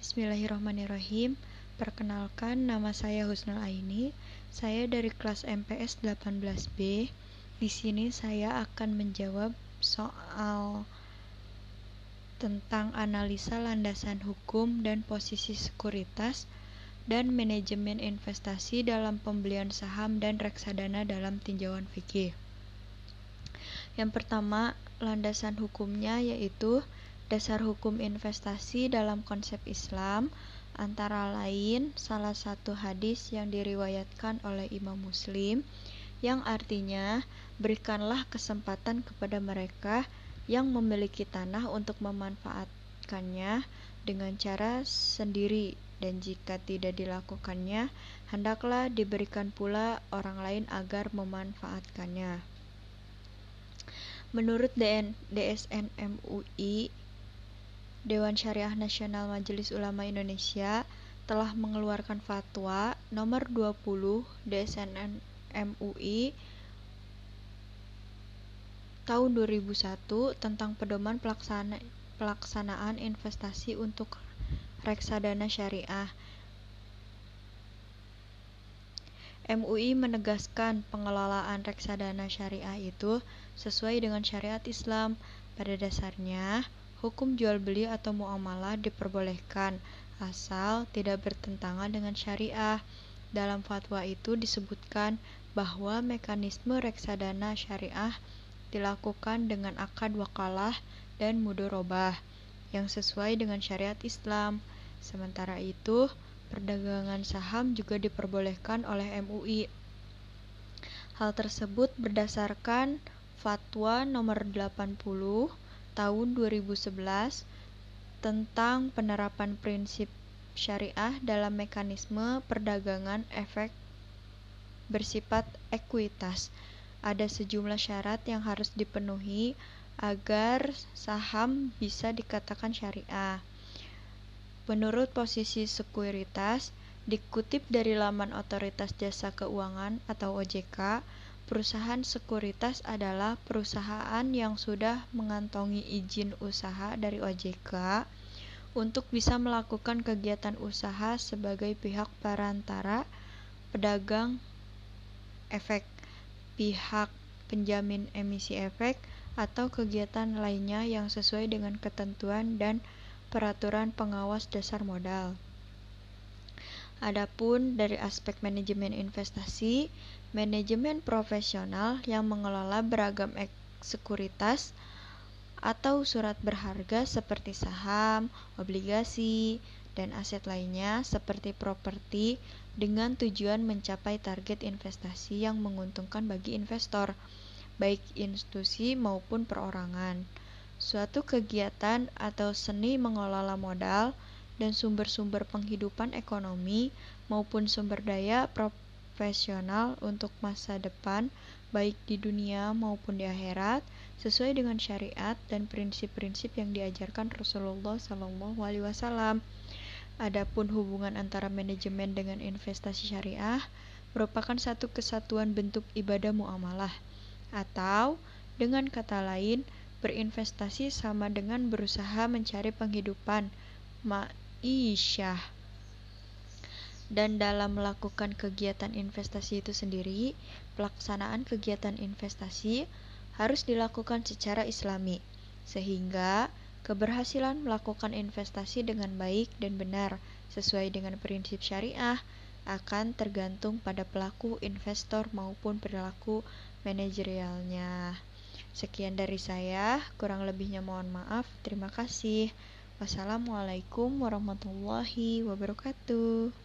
Bismillahirrahmanirrahim. Perkenalkan, nama saya Husnul Aini. Saya dari kelas MPS 18B. Di sini saya akan menjawab soal tentang analisa landasan hukum dan posisi sekuritas dan manajemen investasi dalam pembelian saham dan reksadana dalam tinjauan fikih. Yang pertama, landasan hukumnya yaitu dasar hukum investasi dalam konsep Islam, antara lain salah satu hadis yang diriwayatkan oleh Imam Muslim, yang artinya berikanlah kesempatan kepada mereka yang memiliki tanah untuk memanfaatkannya dengan cara sendiri, dan jika tidak dilakukannya, hendaklah diberikan pula orang lain agar memanfaatkannya. Menurut DSN MUI, Dewan Syariah Nasional Majelis Ulama Indonesia telah mengeluarkan fatwa nomor 20 DSN MUI tahun 2001 tentang pedoman pelaksanaan investasi untuk reksadana syariah. MUI menegaskan pengelolaan reksadana syariah itu sesuai dengan syariat Islam. Pada dasarnya, hukum jual beli atau muamalah diperbolehkan asal tidak bertentangan dengan syariah. Dalam fatwa itu disebutkan bahwa mekanisme reksadana syariah dilakukan dengan akad wakalah dan mudorobah yang sesuai dengan syariat Islam. Sementara itu, perdagangan saham juga diperbolehkan oleh MUI. Hal tersebut berdasarkan Fatwa nomor 80 tahun 2011 tentang penerapan prinsip syariah dalam mekanisme perdagangan efek bersifat ekuitas. Ada sejumlah syarat yang harus dipenuhi agar saham bisa dikatakan syariah. Menurut posisi sekuritas, dikutip dari laman Otoritas Jasa Keuangan atau OJK, perusahaan sekuritas adalah perusahaan yang sudah mengantongi izin usaha dari OJK untuk bisa melakukan kegiatan usaha sebagai pihak perantara, pedagang efek, pihak penjamin emisi efek, atau kegiatan lainnya yang sesuai dengan ketentuan dan peraturan pengawas dasar modal. Adapun dari aspek manajemen investasi, manajemen profesional yang mengelola beragam sekuritas atau surat berharga seperti saham, obligasi, dan aset lainnya seperti properti dengan tujuan mencapai target investasi yang menguntungkan bagi investor, baik institusi maupun perorangan. Suatu kegiatan atau seni mengelola modal dan sumber-sumber penghidupan ekonomi maupun sumber daya profesional untuk masa depan baik di dunia maupun di akhirat sesuai dengan syariat dan prinsip-prinsip yang diajarkan Rasulullah SAW. Adapun hubungan antara manajemen dengan investasi syariah merupakan satu kesatuan bentuk ibadah muamalah, atau dengan kata lain, berinvestasi sama dengan berusaha mencari penghidupan ma'isyah. Dan dalam melakukan kegiatan investasi itu sendiri, pelaksanaan kegiatan investasi harus dilakukan secara islami, sehingga keberhasilan melakukan investasi dengan baik dan benar sesuai dengan prinsip syariah akan tergantung pada pelaku investor maupun perilaku manajerialnya. Sekian dari saya, kurang lebihnya mohon maaf. Terima kasih. Wassalamualaikum warahmatullahi wabarakatuh.